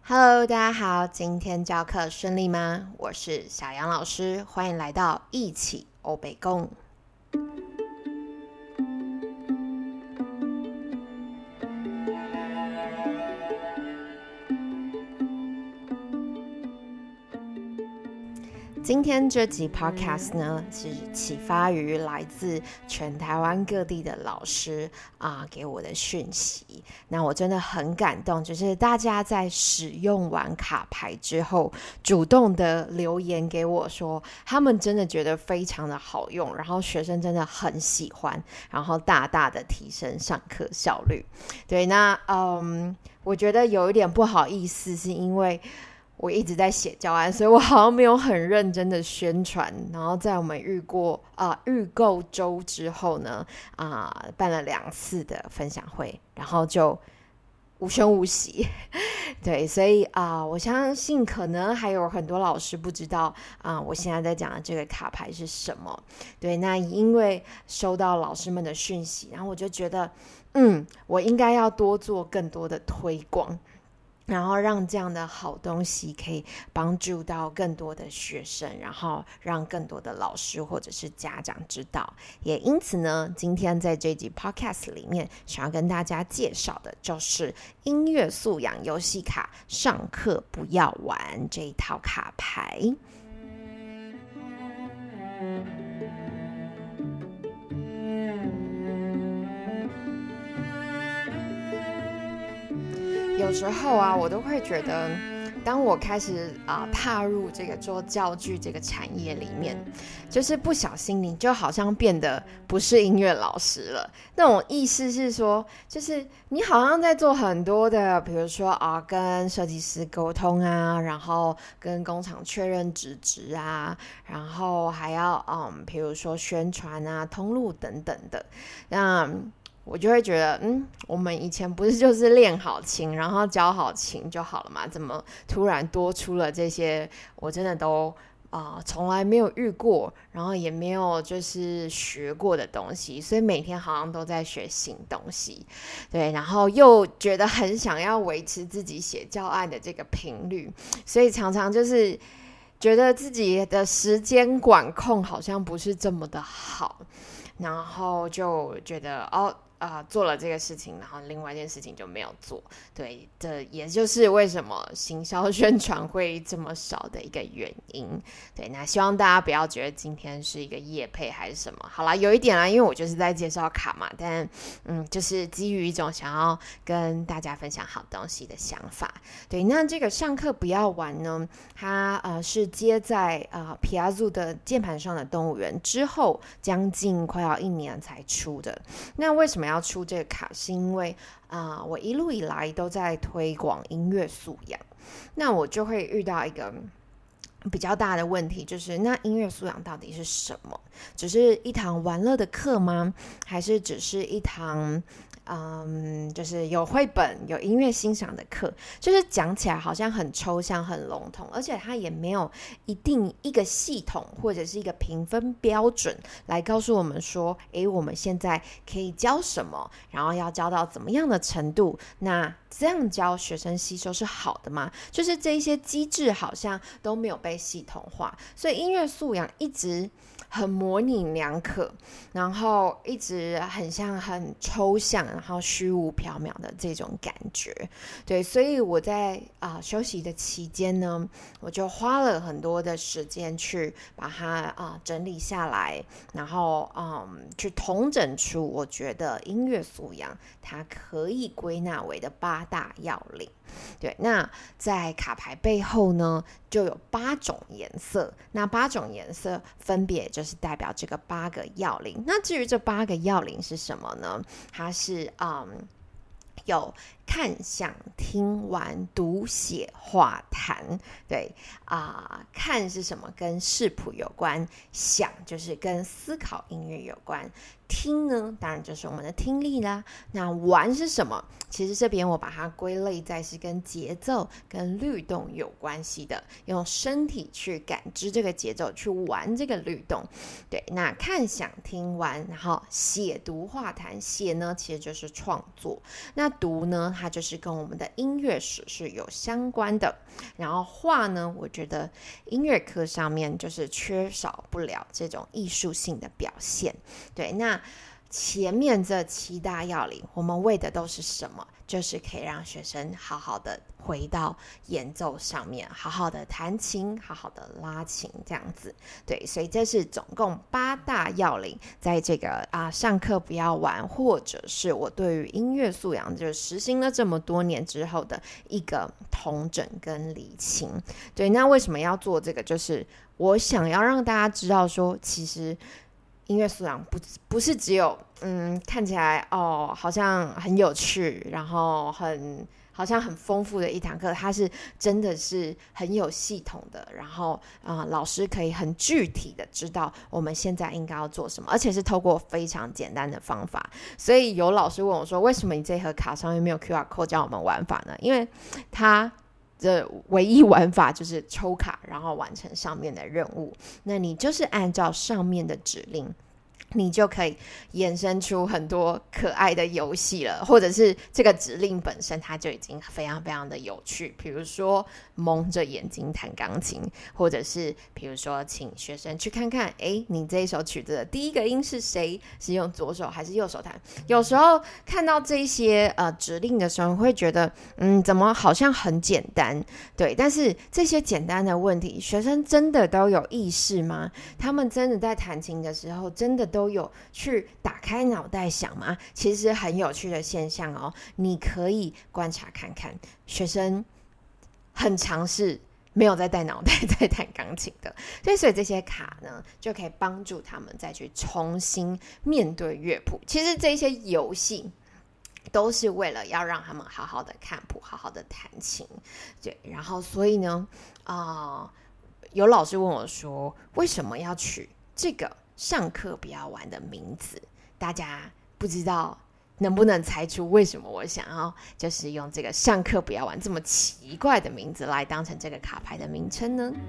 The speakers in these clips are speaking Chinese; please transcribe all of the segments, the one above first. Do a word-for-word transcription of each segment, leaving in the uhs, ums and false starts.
Hello， 大家好，今天教课顺利吗？我是小杨老师，欢迎来到一起欧北共。今天这集 podcast 呢，是启发于来自全台湾各地的老师啊、呃、给我的讯息。那我真的很感动，就是大家在使用完卡牌之后，主动的留言给我说，他们真的觉得非常的好用，然后学生真的很喜欢，然后大大的提升上课效率。对，那嗯，我觉得有一点不好意思，是因为我一直在写教案，所以我好像没有很认真的宣传。然后在我们预过啊、呃、预购周之后呢，啊、呃、办了两次的分享会，然后就无声无息。对，所以啊、呃，我相信可能还有很多老师不知道啊、呃，我现在在讲的这个卡牌是什么。对，那因为收到老师们的讯息，然后我就觉得，嗯，我应该要多做更多的推广。然后让这样的好东西可以帮助到更多的学生，然后让更多的老师或者是家长知道。也因此呢，今天在这集 podcast 里面想要跟大家介绍的就是音乐素养游戏卡上课不要玩这一套卡牌。有时候啊，我都会觉得，当我开始啊、呃、踏入这个做教具这个产业里面，就是不小心你就好像变得不是音乐老师了。那种意思是说，就是你好像在做很多的，比如说啊跟设计师沟通啊，然后跟工厂确认纸质啊，然后还要嗯，比如说宣传啊、通路等等的，那我就会觉得，嗯，我们以前不是就是练好琴，然后教好琴就好了嘛？怎么突然多出了这些？我真的都啊、呃，从来没有遇过，然后也没有就是学过的东西，所以每天好像都在学新东西，对，然后又觉得很想要维持自己写教案的这个频率，所以常常就是觉得自己的时间管控好像不是这么的好，然后就觉得哦。啊、呃，做了这个事情，然后另外一件事情就没有做，对，这也就是为什么行销宣传会这么少的一个原因。对，那希望大家不要觉得今天是一个业配还是什么。好啦，有一点啦，因为我就是在介绍卡嘛，但嗯，就是基于一种想要跟大家分享好东西的想法。对，那这个上课不要玩呢，它呃是接在呃 Piazzu 的键盘上的动物园之后，将近快要一年才出的。那为什么要出这个卡？是因为啊、呃，我一路以来都在推广音乐素养，那我就会遇到一个比较大的问题，就是那音乐素养到底是什么？只是一堂玩乐的课吗？还是只是一堂嗯，就是有绘本、有音乐欣赏的课？就是讲起来好像很抽象、很笼统，而且它也没有一定一个系统或者是一个评分标准来告诉我们说，诶，我们现在可以教什么，然后要教到怎么样的程度？那这样教学生吸收是好的吗？就是这一些机制好像都没有被系统化，所以音乐素养一直很模棱两可，然后一直很像很抽象，然后虚无缥缈的这种感觉。对，所以我在啊、呃、休息的期间呢，我就花了很多的时间去把它啊、呃、整理下来，然后嗯去统整出我觉得音乐素养它可以归纳为的八大要领。对，那在卡牌背后呢，就有八种颜色，那八种颜色分别就是代表这个八个要领。那至于这八个要领是什么呢？它是嗯有看、想、听、玩、读、写、画、弹。对啊、呃，看是什么？跟视谱有关。想就是跟思考音乐有关。听呢，当然就是我们的听力啦。那玩是什么？其实这边我把它归类在是跟节奏、跟律动有关系的，用身体去感知这个节奏，去玩这个律动。对，那看、想、听、玩，然后写、读、画、弹。写呢，其实就是创作。那读呢，它就是跟我们的音乐史是有相关的。然后画呢，我觉得音乐课上面就是缺少不了这种艺术性的表现。对，那前面这七大要领，我们为的都是什么？就是可以让学生好好的回到演奏上面，好好的弹琴，好好的拉琴，这样子。对，所以这是总共八大要领，在这个啊上课不要玩，或者是我对于音乐素养就是实行了这么多年之后的一个统整跟理清。对，那为什么要做这个？就是我想要让大家知道说，其实音乐素养不不是只有嗯看起来哦好像很有趣，然后很好像很丰富的一堂课，它是真的是很有系统的，然后啊、呃、老师可以很具体的知道我们现在应该要做什么，而且是透过非常简单的方法。所以有老师问我说，为什么你这盒卡上面没有 Q R code 教我们玩法呢？因为它这唯一玩法就是抽卡，然后完成上面的任务。那你就是按照上面的指令，你就可以衍生出很多可爱的游戏了，或者是这个指令本身它就已经非常非常的有趣。比如说蒙着眼睛弹钢琴，或者是比如说请学生去看看，诶，你这一首曲子的第一个音是谁？是用左手还是右手弹？有时候看到这些呃指令的时候，会觉得嗯，怎么好像很简单？对，但是这些简单的问题，学生真的都有意识吗？他们真的在弹琴的时候，真的都有去打开脑袋想吗？其实很有趣的现象哦，你可以观察看看，学生很常是没有在带脑袋在弹钢琴的，所以这些卡呢，就可以帮助他们再去重新面对乐谱。其实这些游戏都是为了要让他们好好的看谱，好好的弹琴。对，然后所以呢，啊、呃，有老师问我说，为什么要取这个上课不要玩的名字？大家不知道能不能猜出为什么我想要就是用这个上课不要玩这么奇怪的名字来当成这个卡牌的名称呢？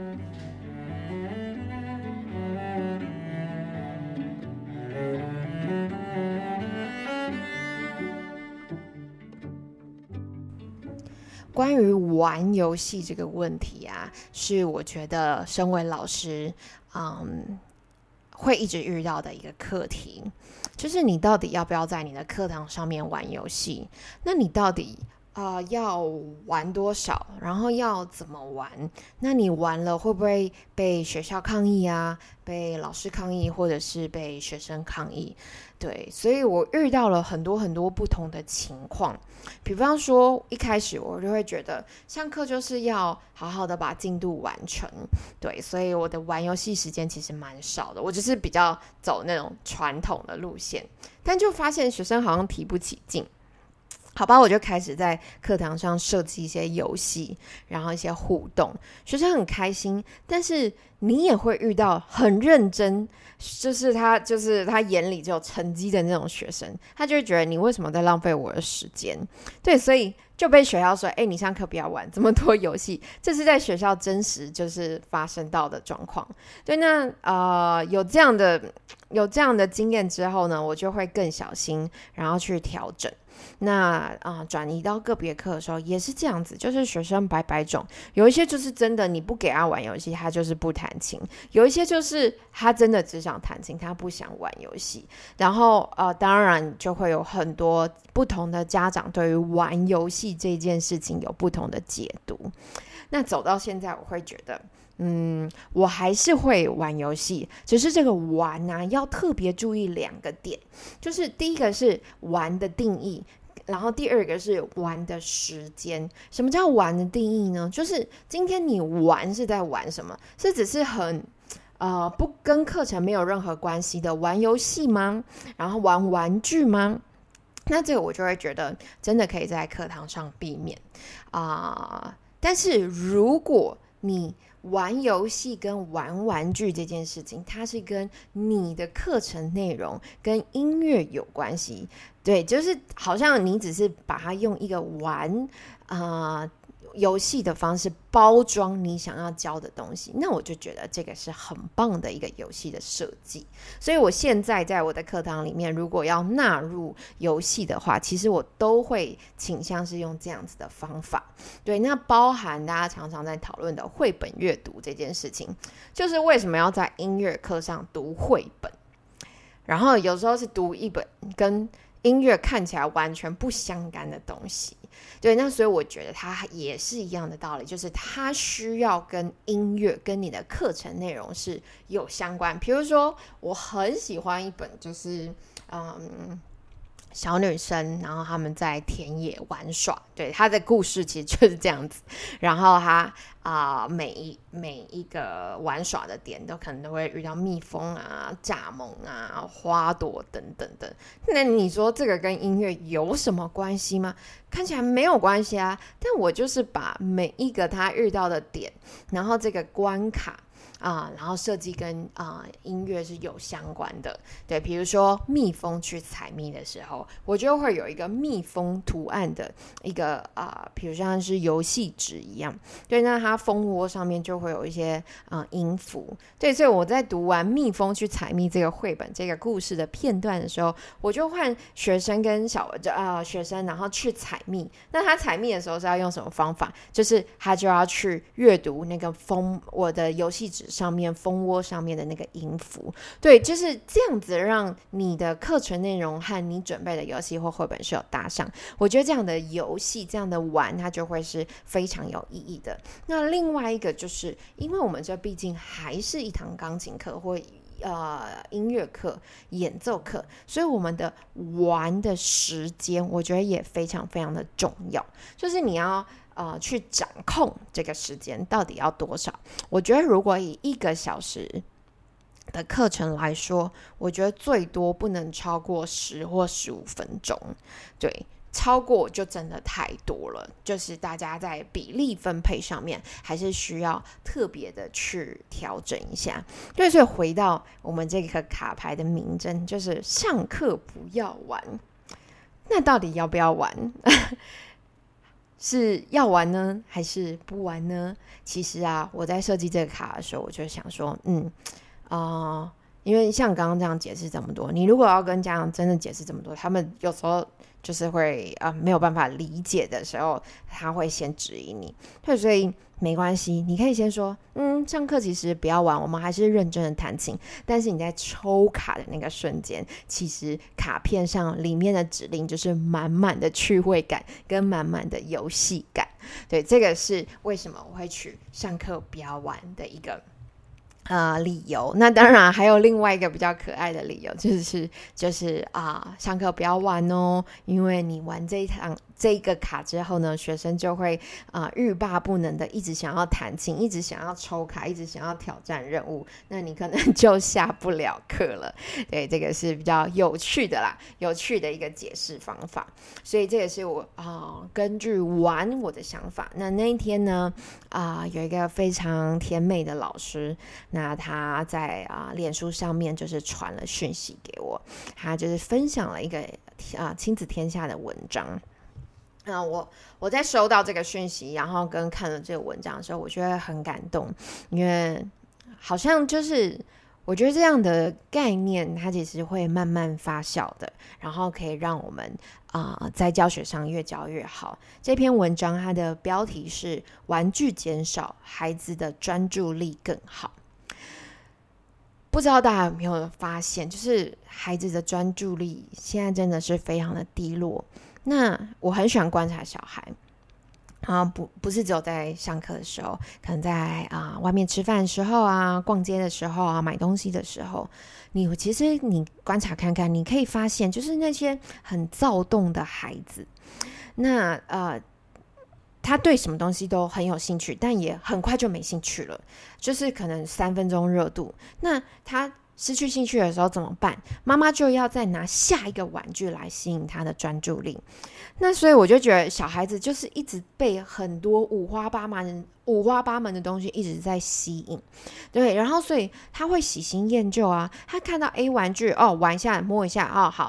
关于玩游戏这个问题啊，是我觉得身为老师嗯会一直遇到的一个课题，就是你到底要不要在你的课堂上面玩游戏？那你到底呃要玩多少？然后要怎么玩？那你玩了会不会被学校抗议啊？被老师抗议，或者是被学生抗议？对，所以我遇到了很多很多不同的情况。比方说一开始我就会觉得上课就是要好好的把进度完成，对，所以我的玩游戏时间其实蛮少的，我就是比较走那种传统的路线，但就发现学生好像提不起劲。好吧，我就开始在课堂上设计一些游戏，然后一些互动，学生很开心。但是你也会遇到很认真，就是他就是他眼里只有成绩的那种学生，他就会觉得你为什么在浪费我的时间？对，所以就被学校说，哎，你上课不要玩这么多游戏。这是在学校真实就是发生到的状况。对，那呃有这样的有这样的经验之后呢，我就会更小心，然后去调整。那啊、呃，转移到个别课的时候也是这样子，就是学生百百种，有一些就是真的你不给他玩游戏，他就是不弹琴；有一些就是他真的只想弹琴，他不想玩游戏。然后呃，当然就会有很多不同的家长对于玩游戏这件事情有不同的解读。那走到现在，我会觉得。嗯，我还是会玩游戏，只是这个玩啊，要特别注意两个点，就是第一个是玩的定义，然后第二个是玩的时间。什么叫玩的定义呢？就是今天你玩是在玩什么？是只是很呃不跟课程没有任何关系的玩游戏吗？然后玩玩具吗？那这个我就会觉得真的可以在课堂上避免啊、呃。但是如果你玩游戏跟玩玩具这件事情，它是跟你的课程内容跟音乐有关系。对，就是好像你只是把它用一个玩啊、呃， 游戏的方式包装你想要教的东西，那我就觉得这个是很棒的一个游戏的设计。所以我现在在我的课堂里面，如果要纳入游戏的话，其实我都会倾向是用这样子的方法。对，那包含大家常常在讨论的绘本阅读这件事情，就是为什么要在音乐课上读绘本，然后有时候是读一本跟音乐看起来完全不相干的东西。对，那所以我觉得它也是一样的道理，就是它需要跟音乐跟你的课程内容是有相关。比如说我很喜欢一本就是嗯小女生，然后他们在田野玩耍，对，他的故事其实就是这样子。然后他啊、呃，每一每一个玩耍的点都可能都会遇到蜜蜂啊、蚱蜢啊、花朵等等等。那你说这个跟音乐有什么关系吗？看起来没有关系啊。但我就是把每一个他遇到的点，然后这个关卡。啊、呃，然后设计跟啊、呃、音乐是有相关的，对，比如说蜜蜂去采蜜的时候，我就会有一个蜜蜂图案的一个啊、呃，比如像是游戏纸一样，对，那它蜂窝上面就会有一些啊、呃、音符，对，所以我在读完蜜蜂去采蜜这个绘本这个故事的片段的时候，我就换学生跟小呃学生，然后去采蜜。那他采蜜的时候是要用什么方法？就是他就要去阅读那个蜂我的游戏纸上面蜂窝上面的那个音符，对，就是这样子让你的课程内容和你准备的游戏或绘本是有搭上。我觉得这样的游戏这样的玩它就会是非常有意义的。那另外一个就是因为我们这毕竟还是一堂钢琴课或呃音乐课演奏课，所以我们的玩的时间我觉得也非常非常的重要，就是你要呃，去掌控这个时间到底要多少。我觉得如果以一个小时的课程来说，我觉得最多不能超过十或十五分钟，对，超过就真的太多了，就是大家在比例分配上面还是需要特别的去调整一下。对，所以回到我们这个卡牌的名称，就是上课不要玩，那到底要不要玩？是要玩呢还是不玩呢？其实啊，我在设计这个卡的时候，我就想说嗯啊、呃，因为像刚刚这样解释这么多，你如果要跟家长真的解释这么多，他们有时候就是会啊、呃、没有办法理解的时候，他会先质疑你。对，所以没关系，你可以先说嗯上课其实不要玩，我们还是认真的弹琴。但是你在抽卡的那个瞬间，其实卡片上里面的指令就是满满的趣味感跟满满的游戏感。对，这个是为什么我会取上课不要玩的一个呃，理由。那当然还有另外一个比较可爱的理由，就是就是啊、呃，上课不要玩哦，因为你玩这一堂这一个卡之后呢，学生就会啊、呃、欲罢不能的一直想要弹琴，一直想要抽卡，一直想要挑战任务，那你可能就下不了课了。对，这个是比较有趣的啦，有趣的一个解释方法。所以这也是我啊、呃、根据玩我的想法。那那一天呢啊、呃、有一个非常甜美的老师。那他在啊、呃、脸书上面就是传了讯息给我，他就是分享了一个啊、呃、亲子天下的文章。那我我在收到这个讯息，然后跟看了这个文章的时候，我觉得很感动，因为好像就是我觉得这样的概念，它其实会慢慢发酵的，然后可以让我们啊、呃、在教学上越教越好。这篇文章它的标题是“玩具减少，孩子的专注力更好”。不知道大家有没有发现，就是孩子的专注力现在真的是非常的低落。那我很喜欢观察小孩啊，不不是只有在上课的时候，可能在啊外面吃饭的时候啊，逛街的时候啊，买东西的时候，你其实你观察看看，你可以发现，就是那些很躁动的孩子，那呃。他对什么东西都很有兴趣，但也很快就没兴趣了，就是可能三分钟热度。那他失去兴趣的时候怎么办？妈妈就要再拿下一个玩具来吸引他的专注力。那所以我就觉得小孩子就是一直被很多五花八门五花八门的东西一直在吸引，对，然后所以他会喜新厌旧啊，他看到 A 玩具哦玩一下摸一下哦好，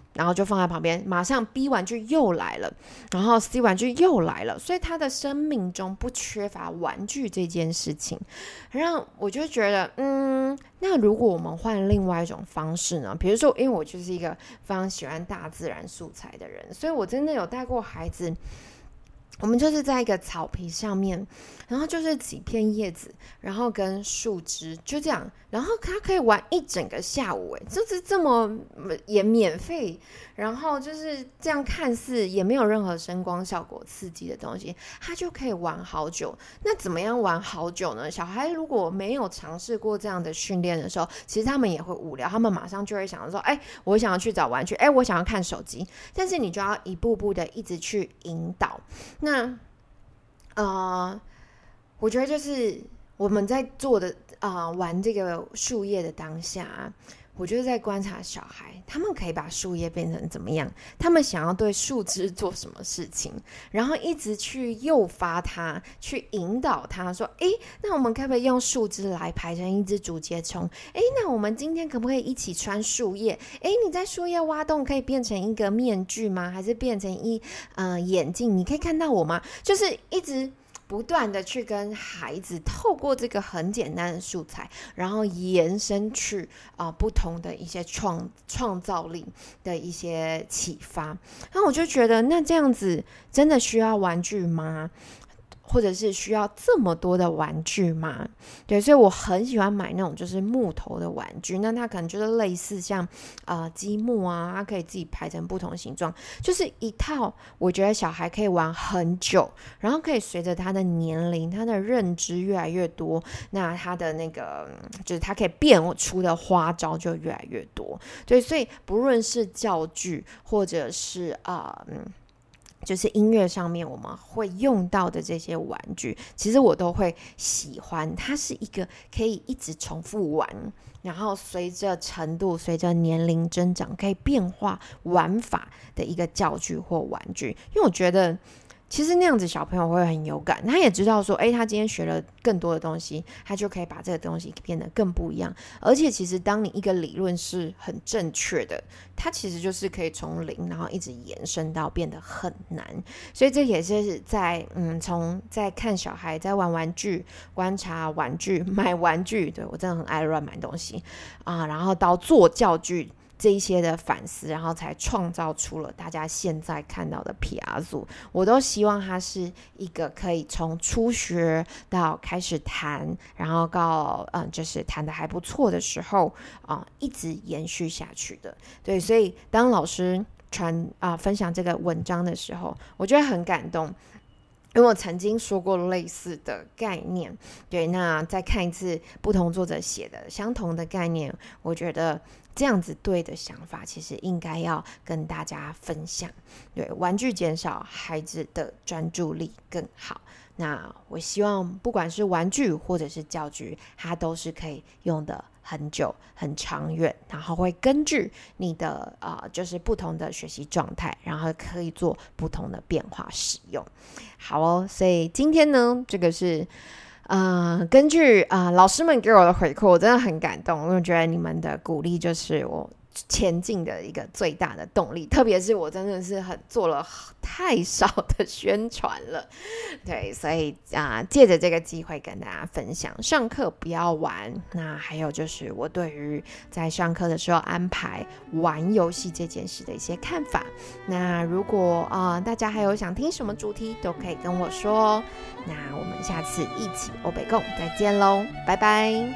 然后就放在旁边，马上 B 玩具又来了，然后 C 玩具又来了，所以他的生命中不缺乏玩具这件事情。让我就觉得，嗯，那如果我们换另外一种方式呢？比如说，因为我就是一个非常喜欢大自然素材的人，所以我真的有带过孩子。我们就是在一个草皮上面，然后就是几片叶子，然后跟树枝，就这样，然后他可以玩一整个下午，哎，就是这么也免费，然后就是这样看似也没有任何声光效果刺激的东西，他就可以玩好久。那怎么样玩好久呢？小孩如果没有尝试过这样的训练的时候，其实他们也会无聊，他们马上就会想说，哎，我想要去找玩具，哎，我想要看手机，但是你就要一步步的一直去引导。那那呃，我觉得就是我们在做的啊、呃，玩这个树叶的当下、啊，我就是在观察小孩，他们可以把树叶变成怎么样，他们想要对树枝做什么事情，然后一直去诱发他，去引导他说，诶，那我们可不可以用树枝来排成一只竹节虫？诶，那我们今天可不可以一起穿树叶？诶，你在树叶挖洞可以变成一个面具吗？还是变成一呃眼镜？你可以看到我吗？就是一直不断的去跟孩子透过这个很简单的素材，然后延伸去、呃、不同的一些创创造力的一些启发。那我就觉得，那这样子真的需要玩具吗？或者是需要这么多的玩具吗？对，所以我很喜欢买那种就是木头的玩具，那它可能就是类似像呃积木啊，它可以自己排成不同形状，就是一套我觉得小孩可以玩很久，然后可以随着他的年龄他的认知越来越多，那他的那个就是他可以变出的花招就越来越多。对，所以不论是教具或者是呃就是音乐上面我们会用到的这些玩具，其实我都会喜欢，它是一个可以一直重复玩，然后随着程度随着年龄增长可以变化玩法的一个教具或玩具。因为我觉得其实那样子小朋友会很有感，他也知道说，哎，他今天学了更多的东西，他就可以把这个东西变得更不一样。而且其实当你一个理论是很正确的，它其实就是可以从零然后一直延伸到变得很难。所以这也是在嗯，从在看小孩在玩玩具、观察玩具、买玩具，对，我真的很爱乱买东西啊，然后到做教具这一些的反思，然后才创造出了大家现在看到的皮亚组。我都希望它是一个可以从初学到开始弹，然后到嗯，就是弹得还不错的时候啊、嗯，一直延续下去的。对，所以当老师传啊、呃、分享这个文章的时候，我觉得很感动。因为我曾经说过类似的概念，对，那再看一次不同作者写的相同的概念，我觉得这样子对的想法其实应该要跟大家分享。对，玩具减少，孩子的专注力更好。那我希望不管是玩具或者是教具，它都是可以用的很久很长远，然后会根据你的呃就是不同的学习状态，然后可以做不同的变化使用。好哦，所以今天呢，这个是呃根据啊、呃、老师们给我的回馈，我真的很感动，因为我觉得你们的鼓励就是我前进的一个最大的动力，特别是我真的是很做了太少的宣传了，对，所以啊、呃，借着这个机会跟大家分享，上课不要玩。那还有就是我对于在上课的时候安排玩游戏这件事的一些看法。那如果啊、呃、大家还有想听什么主题，都可以跟我说哦。那我们下次一起欧北共再见喽，拜拜。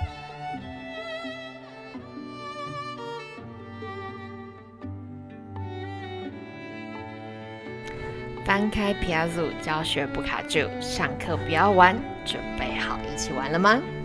翻开皮亚组教学不卡住，上课不要玩，准备好一起玩了吗？